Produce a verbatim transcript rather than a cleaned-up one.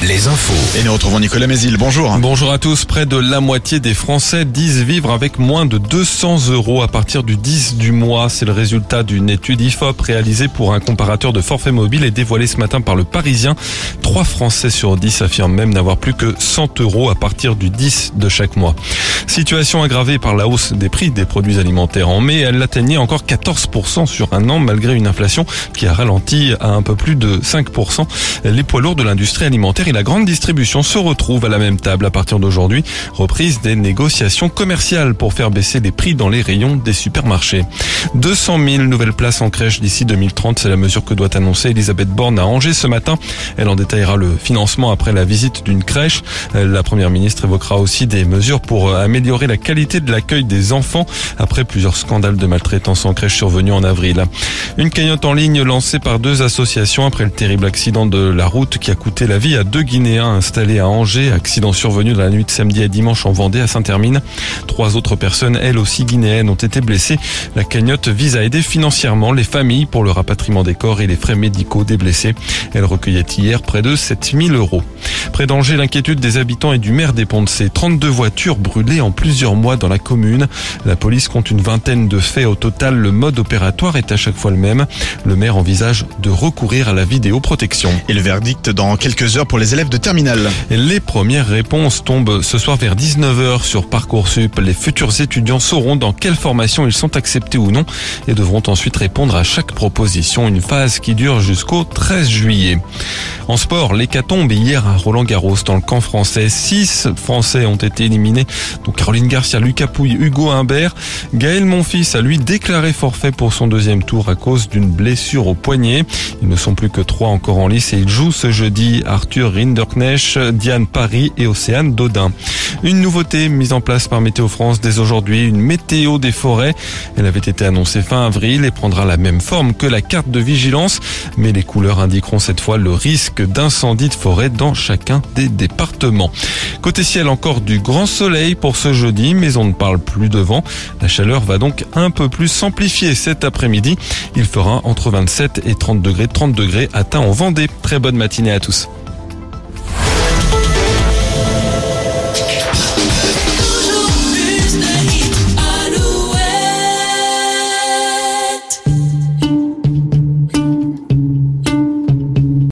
les infos. Et nous retrouvons Nicolas Mézil, bonjour. Bonjour à tous. Près de la moitié des Français disent vivre avec moins de deux cents euros à partir du dix du mois. C'est le résultat d'une étude I F O P réalisée pour un comparateur de forfait mobile et dévoilée ce matin par le Parisien. Trois Français sur dix affirment même n'avoir plus que cent euros à partir du dix de chaque mois. Situation aggravée par la hausse des prix des produits alimentaires. En mai, elle atteignait encore quatorze pour cent sur un an malgré une inflation qui a ralenti à un peu plus de cinq pour cent. Les poids lourds de l'industrie alimentaire et la grande distribution se retrouvent à la même table à partir d'aujourd'hui. Reprise des négociations commerciales pour faire baisser les prix dans les rayons des supermarchés. deux cent mille nouvelles places en crèche d'ici deux mille trente, c'est la mesure que doit annoncer Elisabeth Borne à Angers ce matin. Elle en détaillera le financement après la visite d'une crèche. La première ministre évoquera aussi des mesures pour améliorer la qualité de l'accueil des enfants après plusieurs scandales de maltraitance en crèche survenus en avril. Une cagnotte en ligne lancée par deux associations après le terrible accident de la route qui a coûté la vie à deux Guinéens installés à Angers. Accident survenu dans la nuit de samedi à dimanche en Vendée à Saint-Hermine. Trois autres personnes, elles aussi guinéennes, ont été blessées. La cagnotte vise à aider financièrement les familles pour le rapatriement des corps et les frais médicaux des blessés. Elle recueillait hier près de sept mille euros. Près d'Angers, l'inquiétude des habitants et du maire des Ponts-de-Cé. trente-deux voitures brûlées en plusieurs mois dans la commune. La police compte une vingtaine de faits. Au total, le mode opératoire est à chaque fois le même. Le maire envisage de recourir à la vidéoprotection. Et le verdict dans quelques heures pour les élèves de terminale. Les premières réponses tombent ce soir vers dix-neuf heures sur Parcoursup. Les futurs étudiants sauront dans quelle formation ils sont acceptés ou non et devront ensuite répondre à chaque proposition. Une phase qui dure jusqu'au treize juillet. En sport, l'hécatombe hier à Roland-Garros dans le camp français. Six Français ont été éliminés. Donc Caroline Garcia, Lucas Pouille, Hugo Humbert. Gaël Monfils a lui déclaré forfait pour son deuxième tour à cause d'une blessure au poignet. Ils ne sont plus que trois encore en lice et ils jouent ce jeudi. Arthur Rinderknecht, Diane Paris et Océane Dodin. Une nouveauté mise en place par Météo France dès aujourd'hui, une météo des forêts. Elle avait été annoncée fin avril et prendra la même forme que la carte de vigilance. Mais les couleurs indiqueront cette fois le risque d'incendie de forêt dans chacun des départements. Côté ciel, encore du grand soleil pour ce jeudi, mais on ne parle plus de vent. La chaleur va donc un peu plus s'amplifier cet après-midi. Il fera entre vingt-sept et trente degrés, trente degrés atteints en Vendée. Très bonne matinée à tous.